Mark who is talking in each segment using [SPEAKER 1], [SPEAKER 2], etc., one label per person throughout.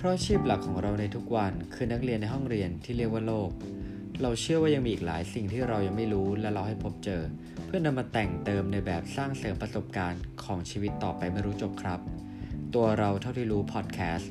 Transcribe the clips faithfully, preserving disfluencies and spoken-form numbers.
[SPEAKER 1] ราะอาชีพหลักของเราในทุกวันคือนักเรียนในห้องเรียนที่เรียกว่าโลกเราเชื่อว่ายังมีอีกหลายสิ่งที่เรายังไม่รู้และเราให้พบเจอเพื่อนำมาแต่งเติมในแบบสร้างเสริมประสบการณ์ของชีวิตต่อไปไม่รู้จบครับตัวเราเท่าที่รู้พอดแคสต์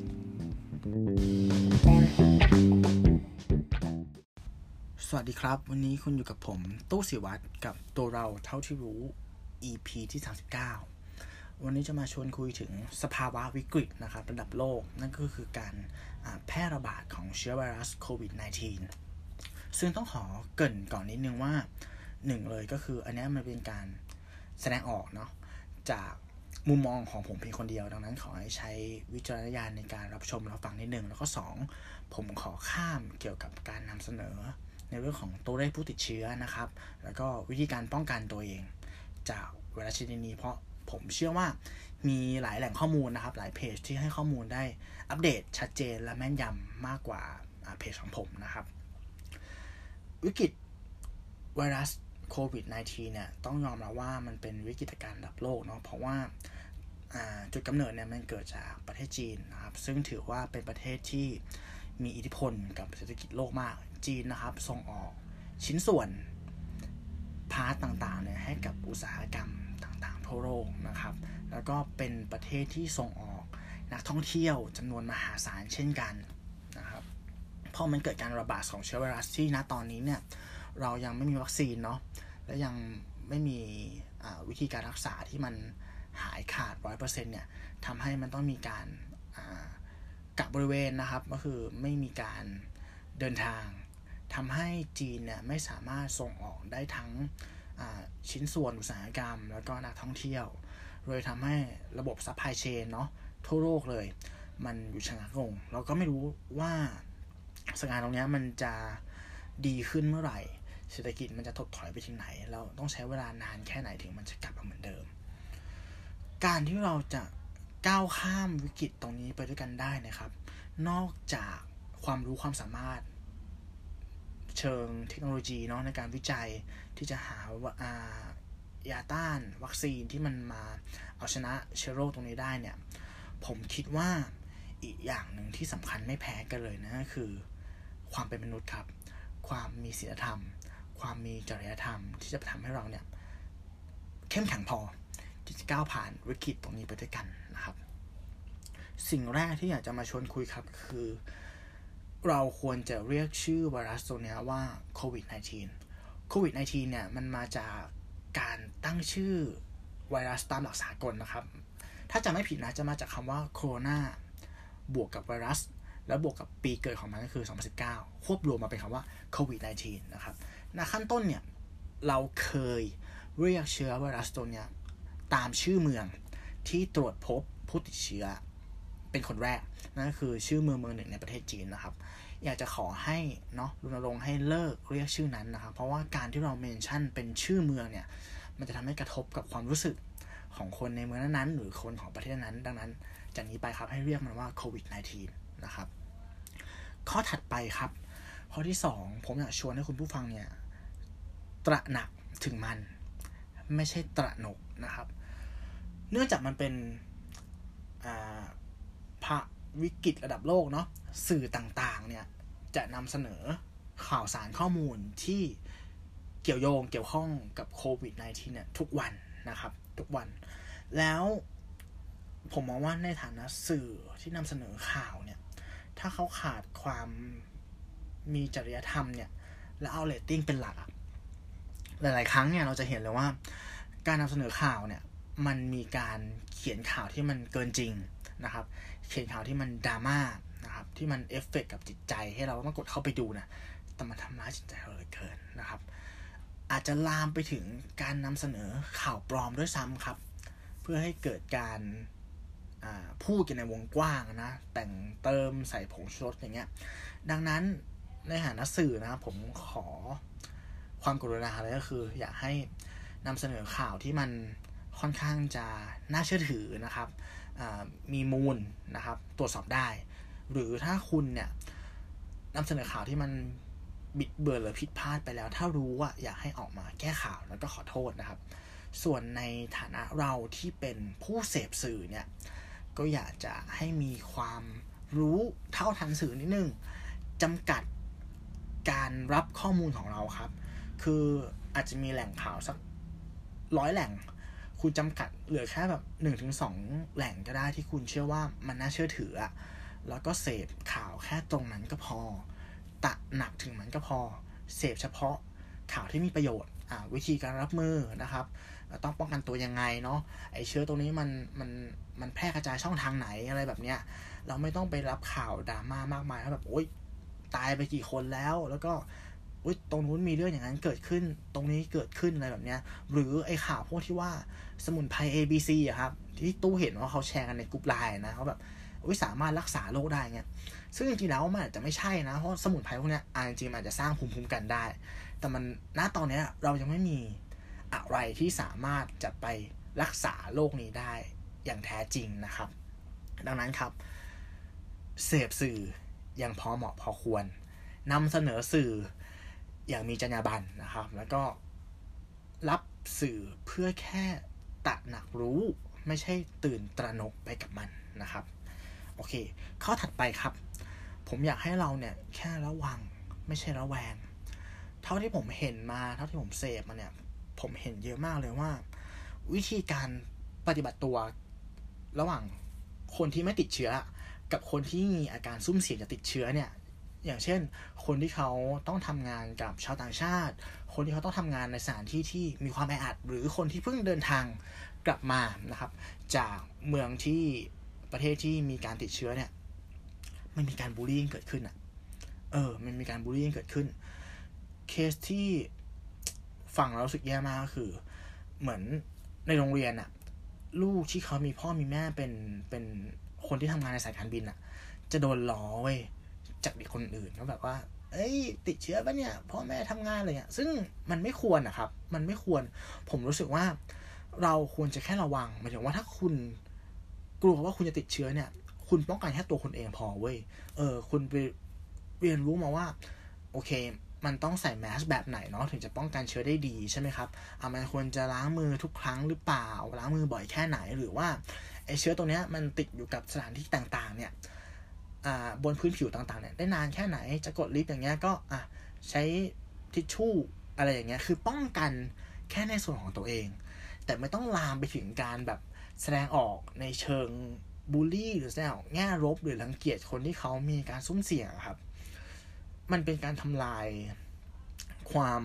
[SPEAKER 2] สวัสดีครับวันนี้คุณอยู่กับผมตู้ศิวัตรกับตัวเราเท่าที่รู้ อี พี ที่สามสิบเก้าวันนี้จะมาชวนคุยถึงสภาวะวิกฤตนะครับระดับโลกนั่นก็คือการแพร่ระบาดของเชื้อไวรัสโควิด สิบเก้า ซึ่งต้องขอเกริ่นก่อนนิดนึงว่าหนึ่งเลยก็คืออันนี้มันเป็นการแสดงออกเนาะจากมุมมองของผมเพียงคนเดียวดังนั้นขอให้ใช้วิจารณญาณในการรับชมรับฟังนิดนึงแล้วก็สองผมขอข้ามเกี่ยวกับการนำเสนอในเรื่องของตัวเลขผู้ติดเชื้อนะครับแล้วก็วิธีการป้องกันตัวเองจากไวรัสชนิดนี้เพราะผมเชื่อว่ามีหลายแหล่งข้อมูลนะครับหลายเพจที่ให้ข้อมูลได้อัปเดตชัดเจนและแม่นยำมากกว่าเพจของผมนะครับวิกฤตไวรัสโควิด สิบเก้า เนี่ยต้องยอมรับว่ามันเป็นวิกฤตการณ์ระดับโลกเนาะเพราะว่าจุดกำเนิดเนี่ยมันเกิดจากประเทศจีนนะครับซึ่งถือว่าเป็นประเทศที่มีอิทธิพลกับเศรษฐกิจโลกมากจีนนะครับส่งออกชิ้นส่วนพาร์ทต่างๆเนี่ยให้กับอุตสาหกรรมต่างๆทั่วโลกนะครับแล้วก็เป็นประเทศที่ส่งออกนักท่องเที่ยวจำนวนมหาศาลเช่นกันนะครับพอมันเกิดการระบาดของเชื้อไวรัสที่ณตอนนี้เนี่ยเรายังไม่มีวัคซีนเนาะและยังไม่มีวิธีการรักษาที่มันหายขาด ร้อยเปอร์เซ็นต์ เนี่ยทำให้มันต้องมีการกักบริเวณนะครับก็คือไม่มีการเดินทางทำให้จีนเนี่ยไม่สามารถส่งออกได้ทั้งชิ้นส่วนอุตสาหกรรมแล้วก็นักท่องเที่ยวเลยทำให้ระบบซัพพลายเชนเนาะทั่วโลกเลยมันอยู่ชะงักลงเราก็ไม่รู้ว่าสถานการณ์ตรงนี้มันจะดีขึ้นเมื่อไหร่เศรษฐกิจมันจะถดถอยไปถึงไหนเราต้องใช้เวลานานแค่ไหนถึงมันจะกลับมาเหมือนเดิมการที่เราจะก้าวข้ามวิกฤตตรงนี้ไปด้วยกันได้นะครับนอกจากความรู้ความสามารถเชิงเทคโนโลยีเนาะในการวิจัยที่จะหายาต้านวัคซีนที่มันมาเอาชนะเชื้อโรคตรงนี้ได้เนี่ยผมคิดว่าอีกอย่างหนึ่งที่สำคัญไม่แพ้กันเลยนะก็คือความเป็นมนุษย์ครับความมีศีลธรรมความมีจริยธรรมที่จะทำให้เราเนี่ยเข้มแข็งพอที่จะก้าวผ่านวิกฤตตรงนี้ไปด้วยกันนะครับสิ่งแรกที่อยากจะมาชวนคุยครับคือเราควรจะเรียกชื่อไวรัสตัวนี้ว่าโควิด สิบเก้า โควิด สิบเก้า เนี่ยมันมาจากการตั้งชื่อไวรัสตามหลักสากลนะครับถ้าจำไม่ผิดนะจะมาจากคำว่าโคโรนาบวกกับไวรัสแล้วบวกกับปีเกิดของมันก็คือสองพันสิบเก้าควบรวมมาเป็นคำว่าโควิด สิบเก้า นะครับในขั้นต้นเนี่ยเราเคยเรียกเชื้อไวรัสตัวนี้ตามชื่อเมืองที่ตรวจพบผู้ติดเชื้อเป็นคนแรกนั่นก็คือชื่อเมืองเมืองหนึ่งในประเทศจีนนะครับอยากจะขอให้เนาะรณรงค์ให้เลิกเรียกชื่อนั้นนะครับเพราะว่าการที่เราเมนชั่นเป็นชื่อเมืองเนี่ยมันจะทำให้กระทบกับความรู้สึกของคนในเมืองนั้นๆหรือคนของประเทศนั้นดังนั้นจากนี้ไปครับให้เรียกมันว่าโควิด สิบเก้า นะครับข้อถัดไปครับข้อที่สองผมอยากชวนให้คุณผู้ฟังเนี่ยตระหนักถึงมันไม่ใช่ตระหนกนะครับเนื่องจากมันเป็นภาวะวิกฤตระดับโลกเนาะสื่อต่างๆเนี่ยจะนำเสนอข่าวสารข้อมูลที่เกี่ยวโยงเกี่ยวข้องกับโควิด สิบเก้า เนี่ยทุกวันนะครับทุกวันแล้วผมมองว่าในฐานะสื่อที่นำเสนอข่าวเนี่ยถ้าเขาขาดความมีจริยธรรมเนี่ยและเอาเรตติ้งเป็นหลักหลายๆครั้งเนี่ยเราจะเห็นเลยว่าการนำเสนอข่าวเนี่ยมันมีการเขียนข่าวที่มันเกินจริงนะครับเขียนข่าวที่มันดราม่านะครับที่มันเอฟเฟกต์กับจิตใจให้เราต้องกดเข้าไปดูนะแต่มันทำร้ายจิตใจเราเหลือเกินนะครับอาจจะลามไปถึงการนำเสนอข่าวปลอมด้วยซ้ำครับเพื่อให้เกิดการพูดกันในวงกว้างนะแต่งเติมใส่ผงชูรสอย่างเงี้ยดังนั้นในฐานะสื่อนะครับผมขอความกรุณาเลยก็คืออยากให้นำเสนอข่าวที่มันค่อนข้างจะน่าเชื่อถือนะครับมีมูลนะครับตรวจสอบได้หรือถ้าคุณเนี่ยนำเสนอข่าวที่มันบิดเบือนหรือผิดพลาดไปแล้วถ้ารู้ว่าอยากให้ออกมาแก้ข่าวแล้วก็ขอโทษนะครับส่วนในฐานะเราที่เป็นผู้เสพสื่อเนี่ยก็อยากจะให้มีความรู้เท่าทันสื่อนิดนึงจำกัดการรับข้อมูลของเราครับคืออาจจะมีแหล่งข่าวสักร้อยแหล่งคุณจำกัดเหลือแค่แบบ หนึ่งถึงสอง แหล่งก็ได้ที่คุณเชื่อว่ามันน่าเชื่อถืออะแล้วก็เสพข่าวแค่ตรงนั้นก็พอตระหนักถึงมันก็พอเสพเฉพาะข่าวที่มีประโยชน์อ่าวิธีการรับมือนะครับต้องป้องกันตัวยังไงเนาะไอเชื้อตรงนี้มันมันมันแพร่กระจายช่องทางไหนอะไรแบบเนี้ยเราไม่ต้องไปรับข่าวดราม่ามากมายแบบโอ๊ยตายไปกี่คนแล้วแล้วก็อุ๊ยตรงนู้นมีเรื่องอย่างนั้นเกิดขึ้นตรงนี้เกิดขึ้นอะไรแบบเนี้ยหรือไอข่าวพวกที่ว่าสมุนไพร เอ บี ซี อะครับที่ตู้เห็นว่าเขาแชร์กันในกลุ่มไลน์นะเขาแบบอุ๊ยสามารถรักษาโรคได้เงี้ยซึ่งจริงๆแล้วมันอาจจะไม่ใช่นะเพราะสมุนไพรพวกเนี้ยจริงๆมันอาจจะสร้างภูมิคุ้มกันได้แต่มันณตอนนี้เรายังไม่มีอะไรที่สามารถจะไปรักษาโรคนี้ได้อย่างแท้จริงนะครับดังนั้นครับเสพสื่ออย่างพอเหมาะพอควรนำเสนอสื่ออย่างมีจรรยาบรรณนะครับแล้วก็รับสื่อเพื่อแค่ตระหนักรู้ไม่ใช่ตื่นตระหนกไปกับมันนะครับโอเคข้อถัดไปครับผมอยากให้เราเนี่ยแค่ระวังไม่ใช่ระแวงเท่าที่ผมเห็นมาเท่าที่ผมเสพมาเนี่ยผมเห็นเยอะมากเลยว่าวิธีการปฏิบัติตัวระหว่างคนที่ไม่ติดเชื้อกับคนที่มีอาการซุ่มเสี่ยงจะติดเชื้อเนี่ยอย่างเช่นคนที่เขาต้องทำงานกับชาวต่างชาติคนที่เขาต้องทำงานในสถานที่ที่มีความแออัดหรือคนที่เพิ่งเดินทางกลับมานะครับจากเมืองที่ประเทศที่มีการติดเชื้อเนี่ยมันมีการบูลลี่เกิดขึ้นอ่ะเออมันมีการบูลลี่เกิดขึ้นเคสที่ฟังแล้วรู้สึกแย่มากก็คือเหมือนในโรงเรียนอ่ะลูกที่เขามีพ่อมีแม่เป็นเป็นคนที่ทำงานในสายการบินอ่ะจะโดนล้อเว้ยจากเด็กคนอื่นก็แบบว่าเอ้ยติดเชื้อปะเนี่ยพ่อแม่ทำงานอะไรเงี้ยซึ่งมันไม่ควรนะครับมันไม่ควรผมรู้สึกว่าเราควรจะแค่ระวังหมายถึงว่าถ้าคุณกลัวว่าคุณจะติดเชื้อเนี่ยคุณป้องกันแค่ตัวคุณเองพอเว้ยเออคุณไปเรียนรู้มาว่าโอเคมันต้องใส่แมสแบบไหนเนาะถึงจะป้องกันเชื้อได้ดีใช่ไหมครับอ่ะมันควรจะล้างมือทุกครั้งหรือเปล่าล้างมือบ่อยแค่ไหนหรือว่าไอเชื้อตัวเนี้ยมันติดอยู่กับสถานที่ต่างๆเนี่ยอ่าบนพื้นผิวต่างๆเนี่ยได้นานแค่ไหนจะกดลิฟต์อย่างเงี้ยก็อ่ะใช้ทิชชู่อะไรอย่างเงี้ยคือป้องกันแค่ในส่วนของตัวเองแต่ไม่ต้องลามไปถึงการแบบแสดงออกในเชิงบูลลี่หรือแสดงออกแง่ลบหรือรังเกียจคนที่เขามีการซุ่มเสี่ยงครับมันเป็นการทำลายความ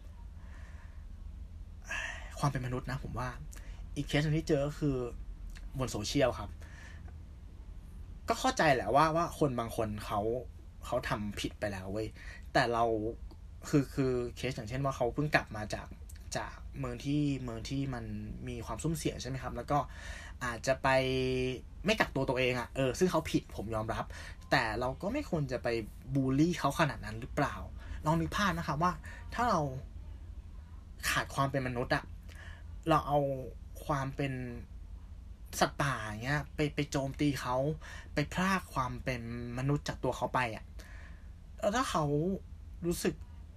[SPEAKER 2] ความเป็นมนุษย์นะผมว่าอีกเคสนึงที่เจอก็คือบนโซเชียลครับก็เข้าใจแหละว่าว่าคนบางคนเขาเขาทำผิดไปแล้วเว้ยแต่เราคือคือเคสอย่างเช่นว่าเขาเพิ่งกลับมาจากจากเมืองที่เมืองที่มันมีความซุ่มเสี่ยงใช่ไหมครับแล้วก็อาจจะไปไม่กักตัวตัวเองอ่ะเออซึ่งเขาผิดผมยอมรับแต่เราก็ไม่ควรจะไปบูลลี่เขาขนาดนั้นหรือเปล่าลองนึกภาพนะครับว่าถ้าเราขาดความเป็นมนุษย์อะเราเอาความเป็นสัตว์ป่าอย่างเงี้ยไปไปโจมตีเขาไปพรากความเป็นมนุษย์จากตัวเขาไปอะแล้วถ้าเขารู้สึก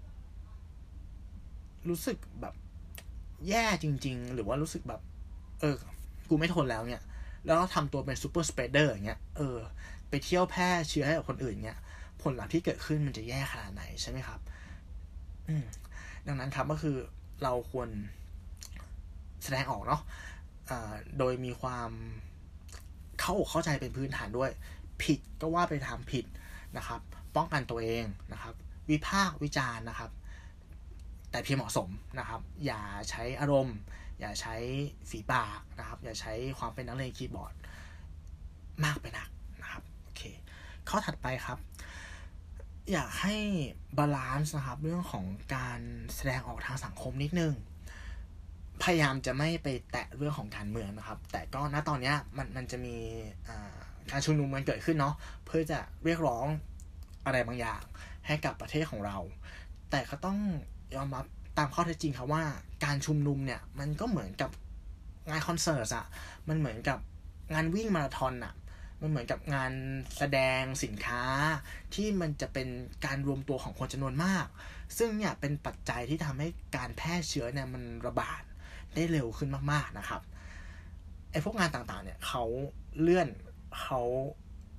[SPEAKER 2] รู้สึกแบบแย่จริงๆหรือว่ารู้สึกแบบเออกูไม่ทนแล้วเนี่ยแล้วทำตัวเป็นซูเปอร์สเปรดเดอร์อย่างเงี้ยเออไปเที่ยวแพร่เชื้อให้กับคนอื่นเนี่ยผลลัพธ์ที่เกิดขึ้นมันจะแย่ขนาดไหนใช่ไหมครับอืมดังนั้นครับก็คือเราควรแสดงออกเนาะอ่าโดยมีความเข้าอกเข้าใจเป็นพื้นฐานด้วยผิดก็ว่าไปทำผิดนะครับป้องกันตัวเองนะครับวิพากษ์วิจารณ์นะครับแต่เพียงเหมาะสมนะครับอย่าใช้อารมณ์อย่าใช้ฝีปากนะครับอย่าใช้ความเป็นนักเลงคีย์บอร์ดมากไปนักนะครับโอเคข้อถัดไปครับอยากให้บาลานซ์นะครับเรื่องของการแสดงออกทางสังคมนิดนึงพยายามจะไม่ไปแตะเรื่องของการเมืองนะครับแต่ก็ณตอนนี้มันมันจะมีการชุมนุมมันเกิดขึ้นเนาะเพื่อจะเรียกร้องอะไรบางอย่างให้กับประเทศของเราแต่ก็ต้องยอมรับตามข้อเท็จจริงครับว่าการชุมนุมเนี่ยมันก็เหมือนกับงานคอนเสิร์ตอะมันเหมือนกับงานวิ่งมาราธอนอะมันเหมือนกับงานแสดงสินค้าที่มันจะเป็นการรวมตัวของคนจำนวนมากซึ่งเนี่ยเป็นปัจจัยที่ทำให้การแพร่เชื้อเนี่ยมันระบาดได้เร็วขึ้นมากๆนะครับไอ้พวกงานต่างๆเนี่ยเขาเลื่อนเขา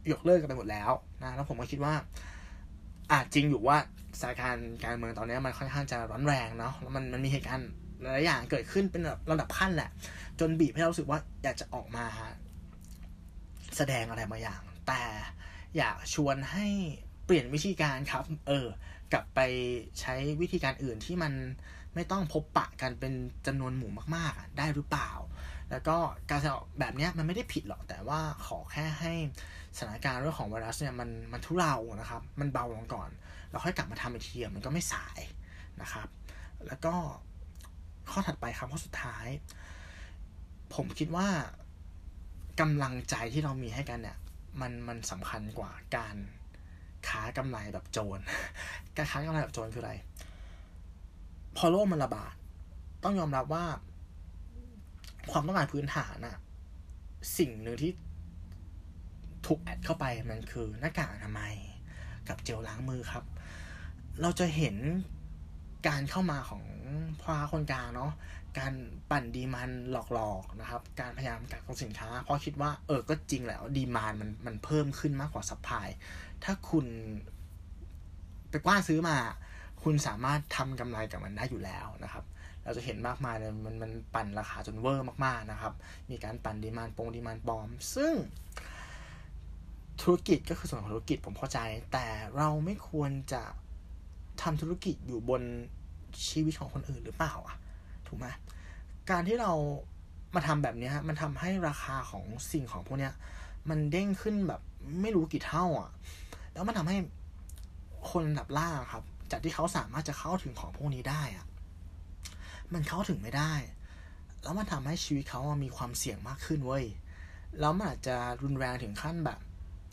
[SPEAKER 2] ยกเลิกกันไปหมดแล้วนะแล้วผมก็คิดว่าอาจจริงอยู่ว่าสถานการณ์การเมืองตอนนี้มันค่อนข้างจะร้อนแรงเนาะแล้วมันมันมีเหตุการณ์หลายอย่างเกิดขึ้นเป็นระดับขั้นแหละจนบีบให้เรารู้สึกว่าอยากจะออกมาแสดงอะไรบางอย่างแต่อยากชวนให้เปลี่ยนวิธีการครับเออกลับไปใช้วิธีการอื่นที่มันไม่ต้องพบปะกันเป็นจำนวนหมู่มากๆได้หรือเปล่าแล้วก็การแสดงออกแบบนี้มันไม่ได้ผิดหรอกแต่ว่าขอแค่ให้สถานการณ์เรื่องของไวรัสเนี่ยมันมันทุเลานะครับมันเบาลงก่อนแล้วค่อยกลับมาทำอีกทีมันก็ไม่สายนะครับแล้วก็ข้อถัดไปครับข้อสุดท้ายผมคิดว่ากำลังใจที่เรามีให้กันเนี่ยมันมันสำคัญกว่าการค้ากำไรแบบโจร การค้ากำไรแบบโจรคืออะไรพอโรคมันระบาดต้องยอมรับว่าความต้องการพื้นฐานอะสิ่งหนึ่งที่ถูกแอดเข้าไปมันคือหน้ากากอนามัยกับเจลล้างมือครับเราจะเห็นการเข้ามาของพ่อค้าคนกลางเนาะการปั่นดีมานด์หลอกๆนะครับการพยายามกักตุนสินค้าเพราะคิดว่าเออก็จริงแล้วดีมานด์มันมันเพิ่มขึ้นมากกว่าซัพพลายถ้าคุณไปกว้านซื้อมาคุณสามารถทำกำไรกับมันได้อยู่แล้วนะครับเราจะเห็นมากมายเลยมันมันปั่นราคาจนเวอร์มากๆนะครับมีการปั่นดีมานด์ปงดีมานด์ปลอมซึ่งธุรกิจก็คือส่วนของธุรกิจผมเข้าใจแต่เราไม่ควรจะทำธุรกิจอยู่บนชีวิตของคนอื่นหรือเปล่าอ่ะถูกไหมการที่เรามาทำแบบนี้มันทำให้ราคาของสิ่งของพวกนี้มันเด้งขึ้นแบบไม่รู้กี่เท่าอ่ะแล้วมันทำให้คนระดับล่างครับจากที่เขาสามารถจะเข้าถึงของพวกนี้ได้อ่ะมันเข้าถึงไม่ได้แล้วมันทำให้ชีวิตเขามีความเสี่ยงมากขึ้นเว้ยแล้วมันอาจจะรุนแรงถึงขั้นแบบ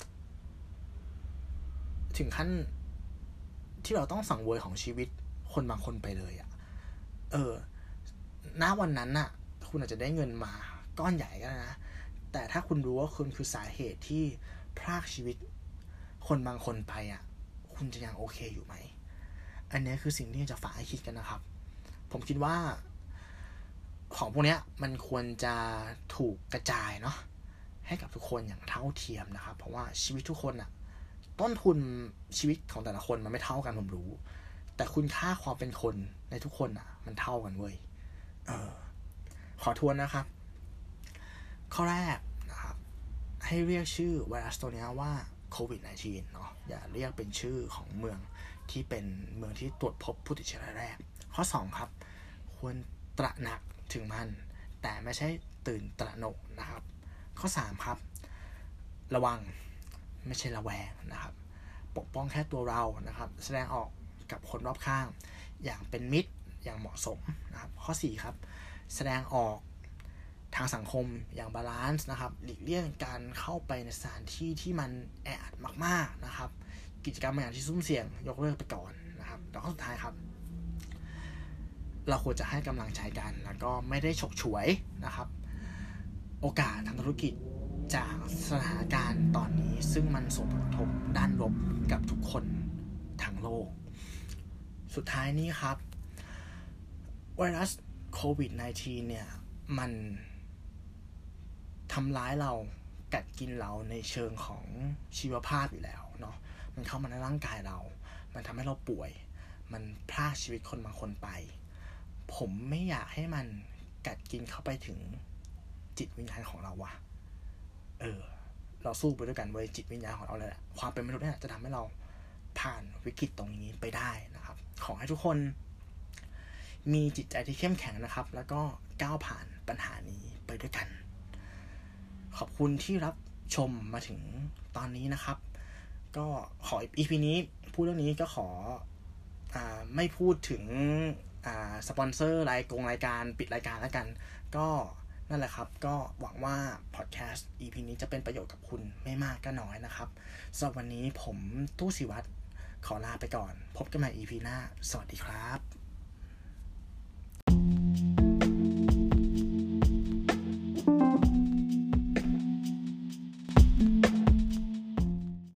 [SPEAKER 2] ถึงขั้นที่เราต้องสังเวยของชีวิตคนบางคนไปเลยอ่ะเออณวันนั้นน่ะคุณอาจจะได้เงินมาก้อนใหญ่ก็ได้นะแต่ถ้าคุณรู้ว่าคุณคือสาเหตุที่พรากชีวิตคนบางคนไปอ่ะคุณจะยังโอเคอยู่ไหมอันนี้คือสิ่งที่จะฝากให้คิดกันนะครับผมคิดว่าของพวกนี้มันควรจะถูกกระจายเนาะให้กับทุกคนอย่างเท่าเทียมนะครับเพราะว่าชีวิตทุกคนอ่ะต้นทุนชีวิตของแต่ละคนมันไม่เท่ากันผมรู้แต่คุณค่าความเป็นคนในทุกคนอ่ะมันเท่ากันเว้ยเออขอทวนนะครับข้อแรกนะครับให้เรียกชื่อไวรัสตัวนี้ว่าโควิด สิบเก้า เนาะอย่าเรียกเป็นชื่อของเมืองที่เป็นเมืองที่ตรวจพบผู้ติดเชื้อรายแรกข้อสองครับควรตระหนักถึงมันแต่ไม่ใช่ตื่นตระหนกนะครับข้อสามครับระวังไม่ใช่ระแวงนะครับปกป้องแค่ตัวเรานะครับแสดงออกกับคนรอบข้างอย่างเป็นมิตรอย่างเหมาะสมนะครับข้อสี่ครับแสดงออกทางสังคมอย่างบาลานซ์นะครับหลีกเลี่ยงการเข้าไปในสถานที่ที่มันแออัดมากๆนะครับกิจกรรมบางอย่างที่ซุ่มเสี่ยงยกเลิกไปก่อนนะครับแล้วข้อสุดท้ายครับเราควรจะให้กำลังใจกันแล้วก็ไม่ได้ฉกฉวยนะครับโอกาสทางธุรกิจจากสถานการณ์ตอนนี้ซึ่งมันส่งผลกระทบด้านลบกับทุกคนทั้งโลกสุดท้ายนี้ครับไวรัสโควิด สิบเก้า เนี่ยมันทำร้ายเรากัดกินเราในเชิงของชีวภาพอยู่แล้วเนาะมันเข้ามาในร่างกายเรามันทำให้เราป่วยมันพรากชีวิตคนบางคนไปผมไม่อยากให้มันกัดกินเข้าไปถึงจิตวิญญาณของเราว่ะเออเราสู้ไปด้วยกันเว้ยจิตวิญญาณของเราเลยแหละความเป็นมนุษย์เนี่ยจะทำให้เราผ่านวิกฤตตรงนี้ไปได้นะครับขอให้ทุกคนมีจิตใจที่เข้มแข็งนะครับแล้วก็ก้าวผ่านปัญหานี้ไปด้วยกันขอบคุณที่รับชมมาถึงตอนนี้นะครับก็ขอ อี พี นี้พูดเรื่องนี้ก็ขออ่าไม่พูดถึงอ่าสปอนเซอร์รายกงรายการปิดรายการแล้วกันก็นั่นแหละครับก็หวังว่าพอดแคสต์ อี พี นี้จะเป็นประโยชน์กับคุณไม่มากก็น้อยนะครับสำหรับวันนี้ผมตู้ศิวัตรขอลาไปก่อนพบกันใหม่ อี พี หน้าสวัสดีครับ